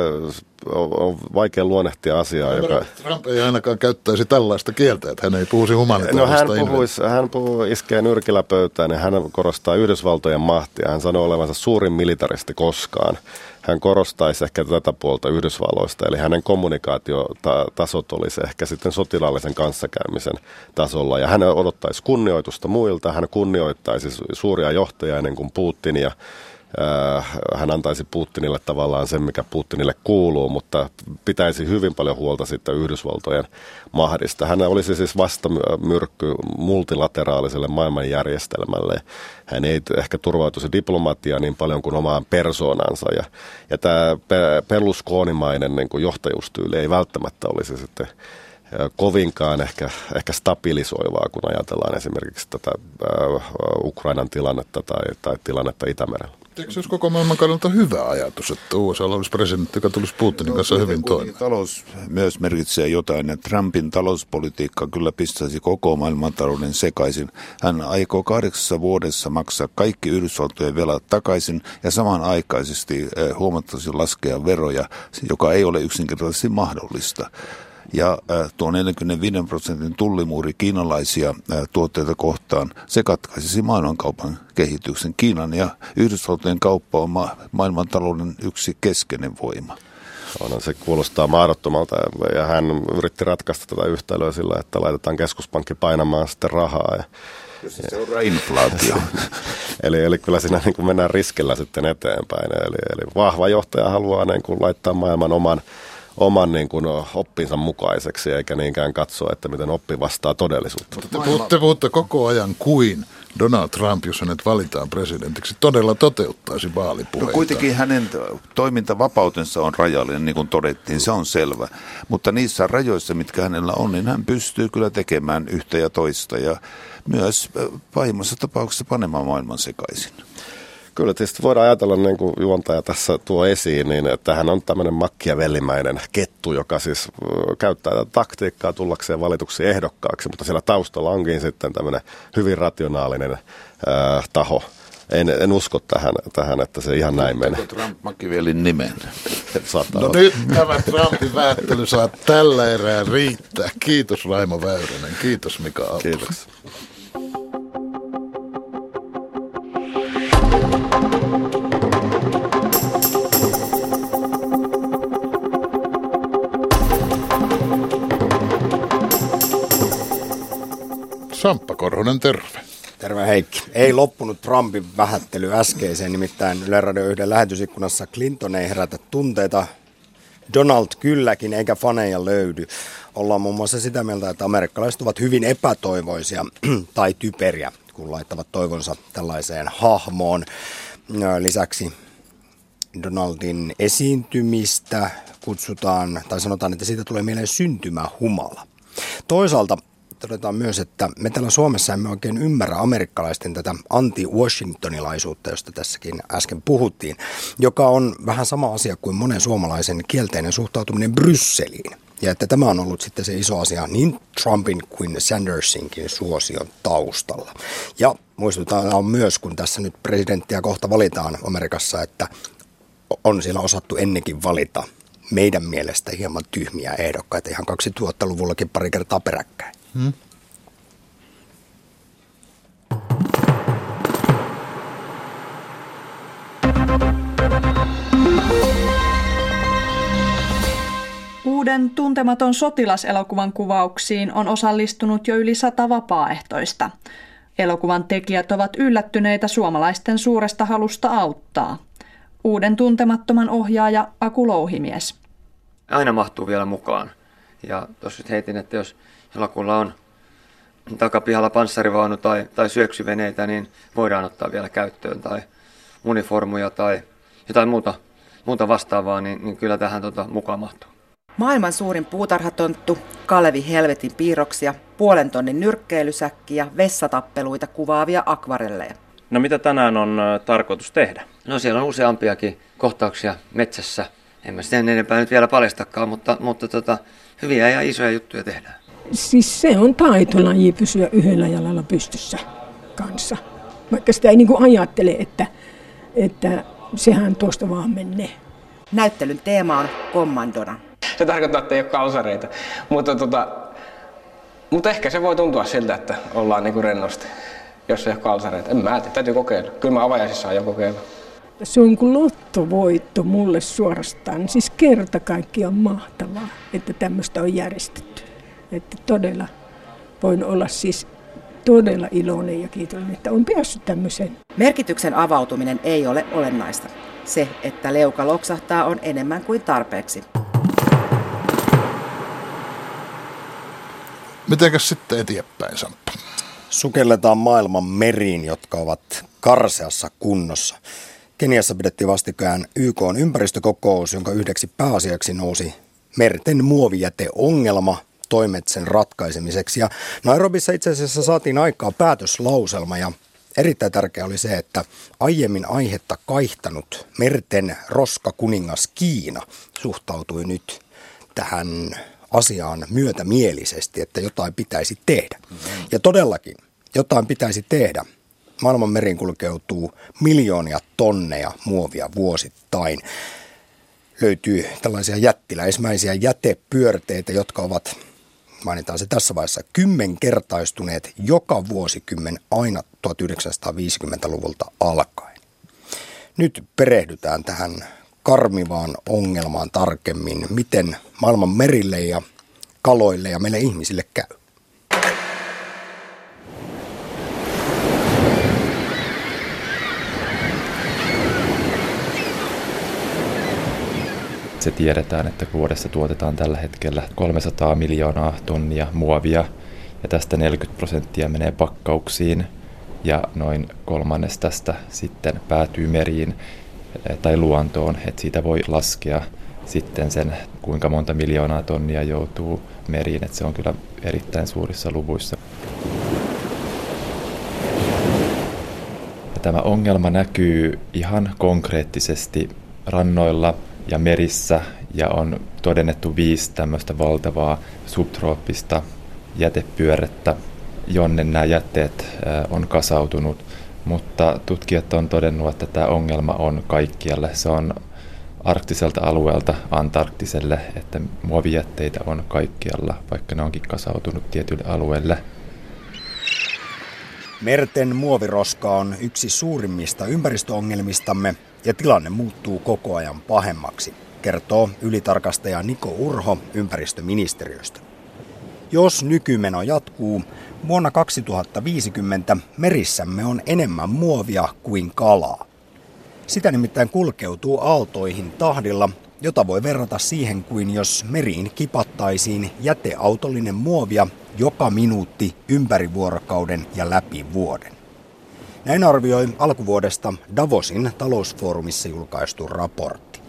S2: on vaikea luonnehtia asiaa, joka...
S1: Trump ei ainakaan käyttäisi tällaista kieltä, että hän ei puhuisi humanitaarista.
S2: Hän puhuu iskee nyrkillä pöytään ja hän korostaa Yhdysvaltojen mahtia. Hän sanoo olevansa suurin militaristi koskaan. Hän korostaisi ehkä tätä puolta Yhdysvalloista, eli hänen kommunikaatiotasot olisi ehkä sitten sotilaallisen kanssakäymisen tasolla. Ja hän odottaisi kunnioitusta muilta, hän kunnioittaisi suuria johtajia ennen kuin Putinia. hän antaisi Putinille tavallaan sen, mikä Putinille kuuluu, mutta pitäisi hyvin paljon huolta sitten Yhdysvaltojen mahdista. Hän olisi siis vastamyrkky multilateraaliselle maailmanjärjestelmälle. Hän ei ehkä turvautuisi diplomatiaan niin paljon kuin omaan persoonansa. Ja tämä Berlusconimainen niin kuin johtajuustyyli ei välttämättä olisi sitten kovinkaan ehkä stabilisoivaa, kun ajatellaan esimerkiksi tätä Ukrainan tilannetta tai tilannetta Itämerellä.
S1: Eikö se olisi koko maailman kannalta hyvä ajatus, että USA olisi presidentti, joka tulisi Putinin kanssa hyvin toimeen?
S3: Talous myös merkitsee jotain, ja Trumpin talouspolitiikka kyllä pistäisi koko maailmantalouden sekaisin. Hän aikoo 8 vuodessa maksaa kaikki Yhdysvaltojen velat takaisin ja samanaikaisesti huomattavasti laskea veroja, joka ei ole yksinkertaisesti mahdollista. Ja tuo 45% tullimuuri kiinalaisia tuotteita kohtaan, se katkaisisi maailmankaupan kehityksen. Kiinan ja Yhdysvaltojen kauppa on maailmantalouden yksi keskeinen voima.
S2: Se kuulostaa mahdottomalta ja hän yritti ratkaista tätä yhtälöä sillä, että laitetaan keskuspankki painamaan sitten rahaa.
S3: Jos se seuraa inflaatio.
S2: eli kyllä siinä niin kuin mennään riskillä sitten eteenpäin. Eli vahva johtaja haluaa niin kuin laittaa maailman oman niin kuin oppinsa mukaiseksi, eikä niinkään katsoa, että miten oppi vastaa todellisuutta.
S1: Te puhutte koko ajan kuin Donald Trump, jos hänet valitaan presidentiksi, todella toteuttaisi vaalipuheita.
S3: No kuitenkin hänen toimintavapautensa on rajallinen, niin kuin todettiin, se on selvä. Mutta niissä rajoissa, mitkä hänellä on, niin hän pystyy kyllä tekemään yhtä ja toista ja myös pahimmassa tapauksessa panemaan maailman sekaisin.
S2: Kyllä tietysti voidaan ajatella, niin kuin juontaja tässä tuo esiin, niin että hän on tämmöinen machiavellimäinen kettu, joka siis käyttää tätä taktiikkaa tullakseen valituksi ehdokkaaksi, mutta siellä taustalla onkin sitten tämmöinen hyvin rationaalinen taho. En usko tähän, että se ihan näin menee.
S3: Trump Machiavellin nimen?
S1: No nyt tämä Trumpin väittely saa tällä erää riittää. Kiitos Raimo Väyrynen, kiitos Mika Aaltola.
S2: Kiitos.
S1: Samppa Korhonen, terve.
S4: Terve Heikki. Ei loppunut Trumpin vähättely äskeiseen, nimittäin Yle Radio 1 lähetysikkunassa Clinton ei herätä tunteita, Donald kylläkin, eikä faneja löydy. Ollaan muun muassa sitä mieltä, että amerikkalaiset ovat hyvin epätoivoisia tai typeriä, kun laittavat toivonsa tällaiseen hahmoon. Lisäksi Donaldin esiintymistä kutsutaan, tai sanotaan, että siitä tulee mieleen syntymähumala. Toisaalta todetaan myös, että me täällä Suomessa emme oikein ymmärrä amerikkalaisten tätä anti-washingtonilaisuutta, josta tässäkin äsken puhuttiin, joka on vähän sama asia kuin monen suomalaisen kielteinen suhtautuminen Brysseliin. Ja että tämä on ollut sitten se iso asia niin Trumpin kuin Sandersinkin suosion taustalla. Ja muistutaan myös, kun tässä nyt presidenttiä kohta valitaan Amerikassa, että on siellä osattu ennenkin valita meidän mielestä hieman tyhmiä ehdokkaita ihan 2000-luvullakin pari kertaa peräkkäin.
S5: Uuden Tuntematon sotilas-elokuvan kuvauksiin on osallistunut jo yli 100 vapaaehtoista. Elokuvan tekijät ovat yllättyneitä suomalaisten suuresta halusta auttaa. Uuden Tuntemattoman ohjaaja Aku Louhimies.
S6: Aina mahtuu vielä mukaan. Ja tuossa nyt heitin, että jos jollakulla on takapihalla panssarivaunu tai syöksyveneitä, niin voidaan ottaa vielä käyttöön. Tai uniformuja tai jotain muuta vastaavaa, niin kyllä tähän mukaan mahtuu.
S7: Maailman suurin puutarhatonttu, Kalevi Helvetin piirroksia, 0,5 tonnin nyrkkeilysäkki ja vessatappeluita kuvaavia akvarelleja.
S8: No mitä tänään on tarkoitus tehdä?
S6: No siellä on useampiakin kohtauksia metsässä. En mä sitä enempää nyt vielä paljastakaan, mutta hyviä ja isoja juttuja tehdään.
S9: Siis se on taitolaji pysyä yhdellä jalalla pystyssä kanssa. Vaikka sitä ei ajattele, että sehän tuosta vaan menee.
S7: Näyttelyn teema on kommandona.
S10: Se tarkoittaa, että ei ole kalsareita, mutta ehkä se voi tuntua siltä, että ollaan rennosti, jos ei ole kalsareita. En mä tiedä, täytyy kokeilla. Kyllä mä avajaisissa aion kokeilla. Se on kuin lottovoitto mulle suorastaan. Siis kerta kaikkiaan mahtavaa, että tämmöistä on järjestetty. Että todella voin olla siis
S9: todella iloinen ja kiitollinen, että on päässyt tämmöiseen.
S7: Merkityksen avautuminen ei ole olennaista. Se, että leuka loksahtaa, on enemmän kuin tarpeeksi.
S1: Mitenkäs sitten eteenpäin, Samppa?
S4: Sukelletaan maailman meriin, jotka ovat karseassa kunnossa. Keniassa pidettiin vastikään YK:n ympäristökokous, jonka yhdeksi pääasiaksi nousi merten muovijäteongelma, toimet sen ratkaisemiseksi. Ja Nairobissa itse asiassa saatiin aikaa päätöslauselma ja erittäin tärkeää oli se, että aiemmin aihetta kaihtanut merten roskakuningas Kiina suhtautui nyt tähän asiaan myötämielisesti, että jotain pitäisi tehdä. Ja todellakin jotain pitäisi tehdä. Maailman meriin kulkeutuu miljoonia tonneja muovia vuosittain. Löytyy tällaisia jättiläismäisiä jätepyörteitä, jotka ovat, mainitaan se tässä vaiheessa, 10-kertaistuneet joka vuosikymmen aina 1950-luvulta alkaen. Nyt perehdytään tähän karmivaan ongelmaan tarkemmin, miten maailman merille ja kaloille ja meille ihmisille käy.
S11: Se tiedetään, että vuodessa tuotetaan tällä hetkellä 300 miljoonaa tonnia muovia ja tästä 40% menee pakkauksiin ja noin kolmannes tästä sitten päätyy meriin tai luontoon, että siitä voi laskea sitten sen, kuinka monta miljoonaa tonnia joutuu meriin, että se on kyllä erittäin suurissa luvuissa. Ja tämä ongelma näkyy ihan konkreettisesti rannoilla ja merissä ja on todennettu 5 tämmöistä valtavaa subtrooppista jätepyörrettä, jonne nämä jätteet on kasautunut. Mutta tutkijat on todennut, että tämä ongelma on kaikkialle. Se on arktiselta alueelta Antarktiselle, että muovijätteitä on kaikkialla, vaikka ne onkin kasautunut tietyille alueille.
S4: Merten muoviroska on yksi suurimmista ympäristöongelmistamme ja tilanne muuttuu koko ajan pahemmaksi, kertoo ylitarkastaja Niko Urho ympäristöministeriöstä. Jos nykymeno jatkuu, vuonna 2050 merissämme on enemmän muovia kuin kalaa. Sitä nimittäin kulkeutuu aaltoihin tahdilla, jota voi verrata siihen kuin jos meriin kipattaisiin jäteautollinen muovia joka minuutti ympäri vuorokauden ja läpi vuoden. Näin arvioi alkuvuodesta Davosin talousfoorumissa julkaistu raportti.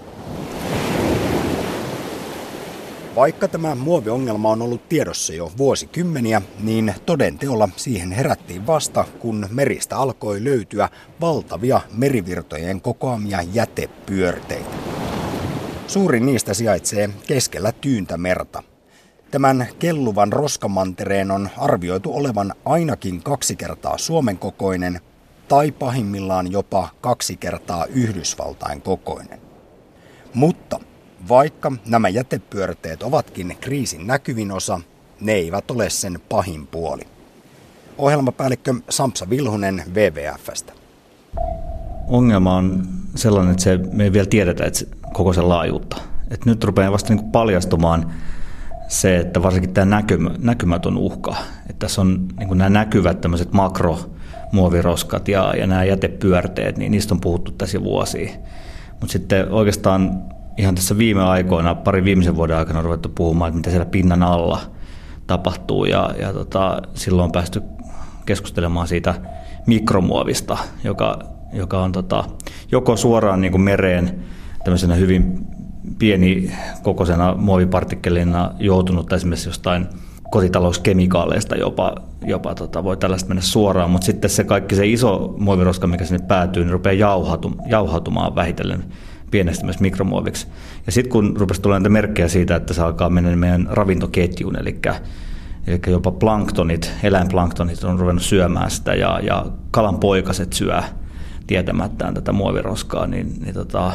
S4: Vaikka tämä muoviongelma on ollut tiedossa jo vuosikymmeniä, niin todenteolla siihen herättiin vasta, kun meristä alkoi löytyä valtavia merivirtojen kokoamia jätepyörteitä. Suurin niistä sijaitsee keskellä Tyyntä merta. Tämän kelluvan roskamantereen on arvioitu olevan ainakin 2 kertaa Suomen kokoinen tai pahimmillaan jopa 2 kertaa Yhdysvaltain kokoinen. Mutta vaikka nämä jätepyörteet ovatkin kriisin näkyvin osa, ne eivät ole sen pahin puoli. Ohjelmapäällikkö Sampsa Vilhunen WWF:stä.
S12: Ongelma on sellainen, että me ei vielä tiedetä että koko sen laajuutta. Että nyt rupeaa vasta niin paljastumaan se, että varsinkin tämä näkymätön uhka. Että tässä on niin nämä näkyvät tämmöiset makromuoviroskat ja nämä jätepyörteet, niin niistä on puhuttu tässä jo vuosia. Mutta sitten oikeastaan ihan tässä viime aikoina, viimeisen vuoden aikana on ruvettu puhumaan, että mitä siellä pinnan alla tapahtuu. Ja silloin on päästy keskustelemaan siitä mikromuovista, joka on joko suoraan niin kuin mereen tämmöisenä hyvin pienikokoisena muovipartikkelina joutunut esimerkiksi jostain kotitalouskemikaaleista jopa voi tällaista mennä suoraan, mutta sitten se kaikki se iso muoviroska, mikä sinne päätyy, niin rupeaa jauhautumaan vähitellen pienestä myös mikromuoviksi. Ja sitten kun rupesi tulemaan näitä merkkejä siitä, että se alkaa mennä meidän ravintoketjuun, eli jopa eläinplanktonit on ruvennut syömään sitä ja kalan poikaset syö tietämättään tätä muoviroskaa, niin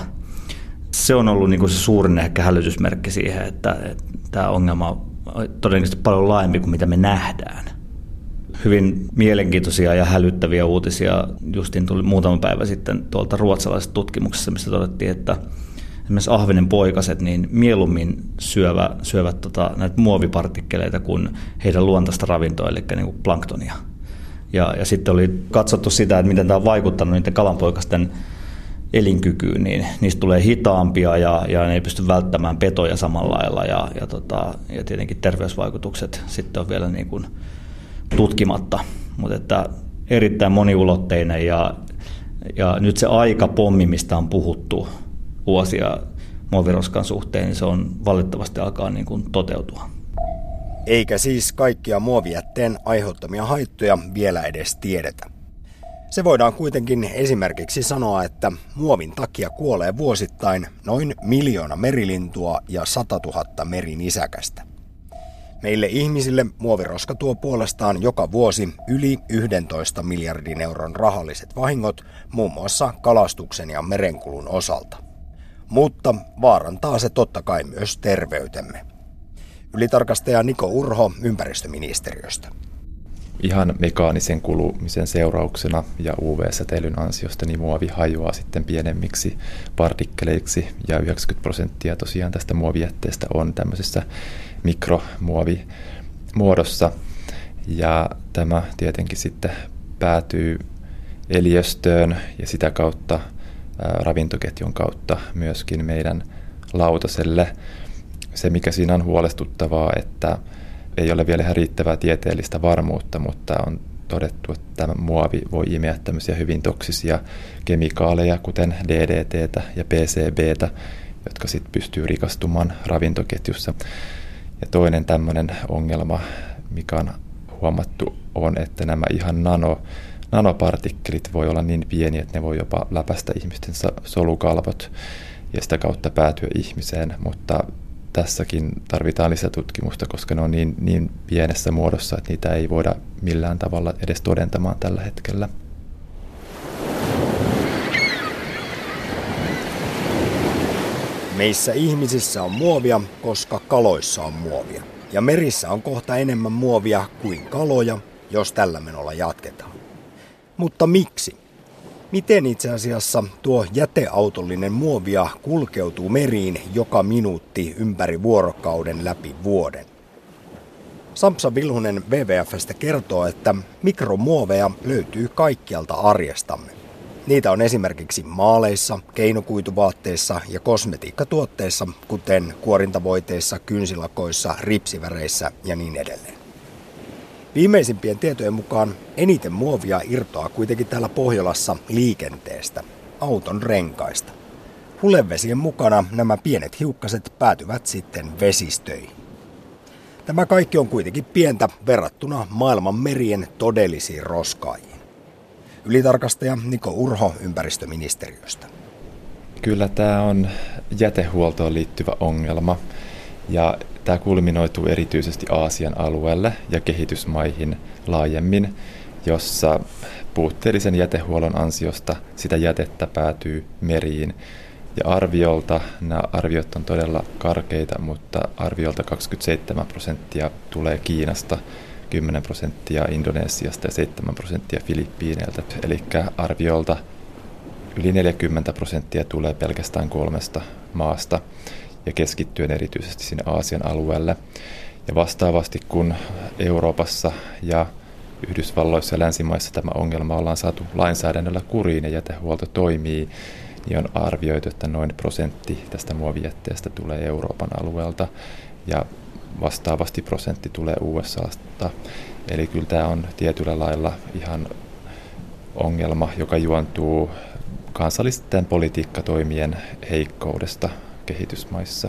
S12: se on ollut niin kuin se suurin ehkä hälytysmerkki siihen, että tämä ongelma on todennäköisesti paljon laajempi kuin mitä me nähdään. Hyvin mielenkiintoisia ja hälyttäviä uutisia justiin tuli muutama päivä sitten tuolta ruotsalaisesta tutkimuksessa, missä todettiin, että esimerkiksi ahvenen poikaset niin mieluummin syövät näitä muovipartikkeleita kuin heidän luontaista ravintoa, eli niin kuin planktonia. Ja sitten oli katsottu sitä, että miten tämä on vaikuttanut niiden kalanpoikasten elinkykyyn, niin niistä tulee hitaampia ja ne ei pysty välttämään petoja samalla lailla ja tietenkin terveysvaikutukset sitten on vielä niin kuin tutkimatta, mutta että erittäin moniulotteinen ja nyt se aikapommi, mistä on puhuttu vuosia muoviroskan suhteen, niin se on valitettavasti alkaa niin kuin toteutua.
S4: Eikä siis kaikkia muovijätteen aiheuttamia haittoja vielä edes tiedetä. Se voidaan kuitenkin esimerkiksi sanoa, että muovin takia kuolee vuosittain noin 1 miljoona merilintua ja 100 000 merinisäkästä. Meille ihmisille muoviroska tuo puolestaan joka vuosi yli 11 miljardin euron rahalliset vahingot, muun muassa kalastuksen ja merenkulun osalta. Mutta vaarantaa se totta kai myös terveytemme. Ylitarkastaja Niko Urho ympäristöministeriöstä.
S11: Ihan mekaanisen kulumisen seurauksena ja UV-säteilyn ansiosta niin muovi hajoaa sitten pienemmiksi partikkeleiksi ja 90% tosiaan tästä muovijätteestä on tämmöisessä mikromuovimuodossa ja tämä tietenkin sitten päätyy eliöstöön ja sitä kautta ravintoketjun kautta myöskin meidän lautaselle. Se, mikä siinä on huolestuttavaa, että ei ole vielä ihan riittävää tieteellistä varmuutta, mutta on todettu, että tämä muovi voi imeä tämmöisiä hyvin toksisia kemikaaleja, kuten DDT:tä ja PCB:tä, jotka sitten pystyy rikastumaan ravintoketjussa. Ja toinen tämmöinen ongelma, mikä on huomattu, on, että nämä ihan nanopartikkelit voi olla niin pieniä, että ne voi jopa läpäistä ihmisten solukalvot ja sitä kautta päätyä ihmiseen, mutta tässäkin tarvitaan lisätutkimusta, koska ne on niin pienessä muodossa, että niitä ei voida millään tavalla edes todentamaan tällä hetkellä.
S4: Meissä ihmisissä on muovia, koska kaloissa on muovia. Ja merissä on kohta enemmän muovia kuin kaloja, jos tällä menolla jatketaan. Mutta miksi? Miten itse asiassa tuo jäteautollinen muovia kulkeutuu meriin joka minuutti ympäri vuorokauden läpi vuoden? Sampsa Vilhunen WWF:stä kertoo, että mikromuoveja löytyy kaikkialta arjestamme. Niitä on esimerkiksi maaleissa, keinokuituvaatteissa ja kosmetiikkatuotteissa, kuten kuorintavoiteissa, kynsilakoissa, ripsiväreissä ja niin edelleen. Viimeisimpien tietojen mukaan eniten muovia irtoaa kuitenkin täällä Pohjolassa liikenteestä, auton renkaista. Hulevesien mukana nämä pienet hiukkaset päätyvät sitten vesistöihin. Tämä kaikki on kuitenkin pientä verrattuna maailman merien todellisiin roskaajiin. Ylitarkastaja Niko Urho ympäristöministeriöstä.
S11: Kyllä tämä on jätehuoltoon liittyvä ongelma ja tämä kulminoituu erityisesti Aasian alueelle ja kehitysmaihin laajemmin, jossa puutteellisen jätehuollon ansiosta sitä jätettä päätyy meriin. Ja arviolta, nämä arviot on todella karkeita, mutta arviolta 27% tulee Kiinasta, 10% Indonesiasta ja 7% Filippiineiltä. Eli arviolta yli 40% tulee pelkästään 3 maasta ja keskittyen erityisesti sinne Aasian alueelle. Ja vastaavasti kun Euroopassa ja Yhdysvalloissa ja länsimaissa tämä ongelma ollaan saatu lainsäädännöllä kuriin ja jätehuolto toimii, niin on arvioitu, että noin 1% tästä muovijätteestä tulee Euroopan alueelta ja vastaavasti 1% tulee USAsta. Eli kyllä tämä on tietyllä lailla ihan ongelma, joka juontuu kansallisten politiikkatoimien heikkoudesta kehitysmaissa.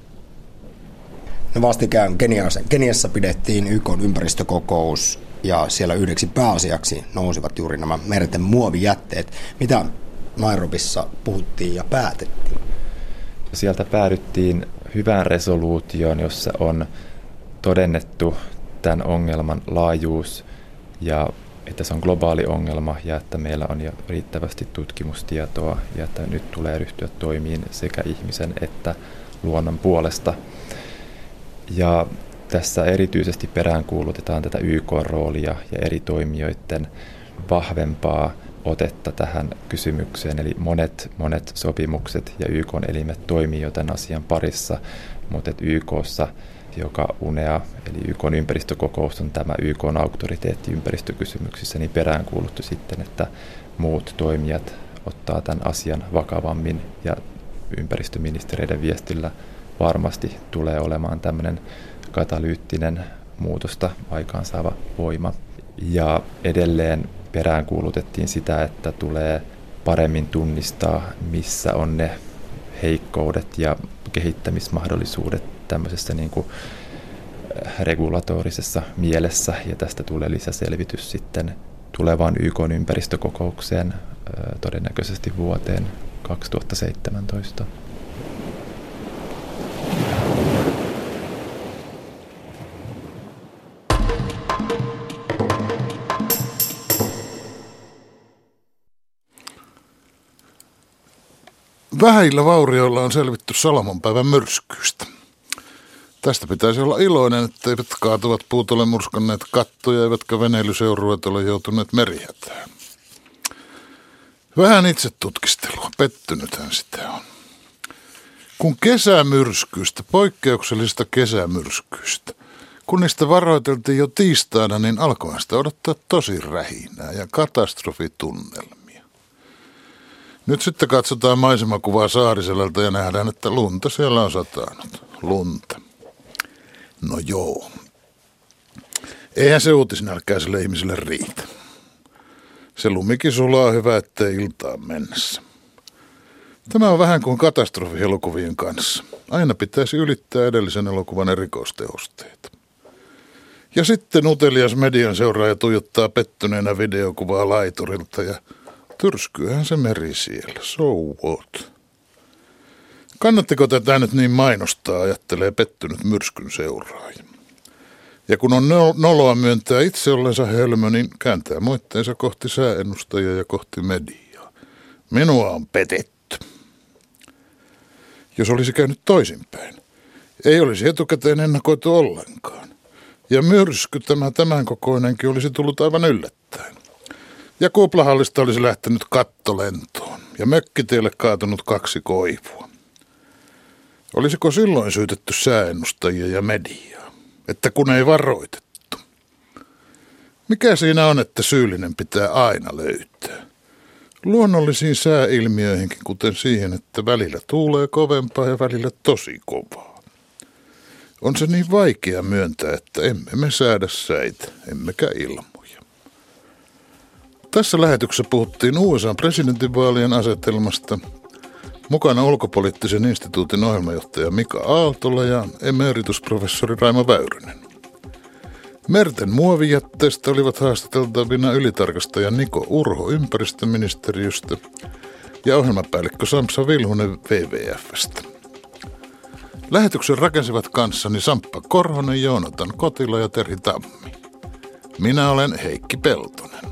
S4: No vastikään Keniassa pidettiin YK:n ympäristökokous ja siellä yhdeksi pääasiaksi nousivat juuri nämä merten muovijätteet. Mitä Nairobissa puhuttiin ja päätettiin?
S11: Sieltä päädyttiin hyvään resoluutioon, jossa on todennettu tämän ongelman laajuus ja että se on globaali ongelma ja että meillä on jo riittävästi tutkimustietoa ja että nyt tulee ryhtyä toimiin sekä ihmisen että luonnon puolesta. Ja tässä erityisesti peräänkuulutetaan tätä YK-roolia ja eri toimijoiden vahvempaa otetta tähän kysymykseen. Eli monet sopimukset ja YK-elimet toimii jo tämän asian parissa, mutta YK:ssa joka UNEA, eli YK:n ympäristökokous on tämä YK:n auktoriteetti ympäristökysymyksissä, niin peräänkuuluttu sitten, että muut toimijat ottaa tämän asian vakavammin ja ympäristöministereiden viestillä varmasti tulee olemaan tämmöinen katalyyttinen muutosta aikaansaava voima. Ja edelleen peräänkuulutettiin sitä, että tulee paremmin tunnistaa, missä on ne heikkoudet ja kehittämismahdollisuudet tämmöisessä niin kuin regulatorisessa mielessä, ja tästä tulee lisäselvitys sitten tulevaan YK:n ympäristökokoukseen todennäköisesti vuoteen 2017.
S1: Vähillä vaurioilla on selvitty Salomonpäivän myrskyistä. Tästä pitäisi olla iloinen, etteivät kaatuvat puut ole murskanneet kattoja, eivätkä veneilyseurueet ole joutuneet merihätään. Vähän itse tutkistelua, pettynythän sitä on. Kun kesämyrskyistä, poikkeuksellisista kesämyrskyistä, kun niistä varoiteltiin jo tiistaina, niin alkoihan sitä odottaa tosi rähinää ja katastrofitunnelmia. Nyt sitten katsotaan maisemakuvaa Saariselältä ja nähdään, että lunta siellä on satanut. Lunta. No joo. Eihän se uutisnälkäiselle ihmiselle riitä. Se lumikin sulaa, hyvä, ettei iltaan mennessä. Tämä on vähän kuin katastrofielokuvien kanssa. Aina pitäisi ylittää edellisen elokuvan erikoistehosteita. Ja sitten utelias median seuraaja tuijottaa pettyneenä videokuvaa laiturilta ja tyrskyyhän se meri siellä. So what? Kannattiko tätä nyt niin mainostaa, ajattelee pettynyt myrskyn seuraaja. Ja kun on noloa myöntää itse ollensa hölmö, niin kääntää moitteensa kohti sääennustajia ja kohti mediaa. Minua on petetty. Jos olisi käynyt toisinpäin, ei olisi etukäteen ennakoitu ollenkaan. Ja myrsky tämän kokoinenkin olisi tullut aivan yllättäen. Ja kuplahallista olisi lähtenyt kattolentoon ja mökkitielle kaatunut 2 koivua. Olisiko silloin syytetty sääennustajia ja mediaa, että kun ei varoitettu? Mikä siinä on, että syyllinen pitää aina löytää? Luonnollisiin sääilmiöihinkin, kuten siihen, että välillä tuulee kovempaa ja välillä tosi kovaa. On se niin vaikea myöntää, että emme me säädä säitä, emmekä ilmoja. Tässä lähetyksessä puhuttiin USA-presidentinvaalien asetelmasta. Mukana ulkopoliittisen instituutin ohjelmajohtaja Mika Aaltola ja emeritusprofessori Raimo Väyrynen. Merten muovijätteestä olivat haastateltavina ylitarkastaja Niko Urho ympäristöministeriöstä ja ohjelmapäällikkö Sampsa Vilhunen WWF:stä. Lähetyksen rakensivat kanssani Samppa Korhonen, Joonatan Kotila ja Terhi Tammi. Minä olen Heikki Peltonen.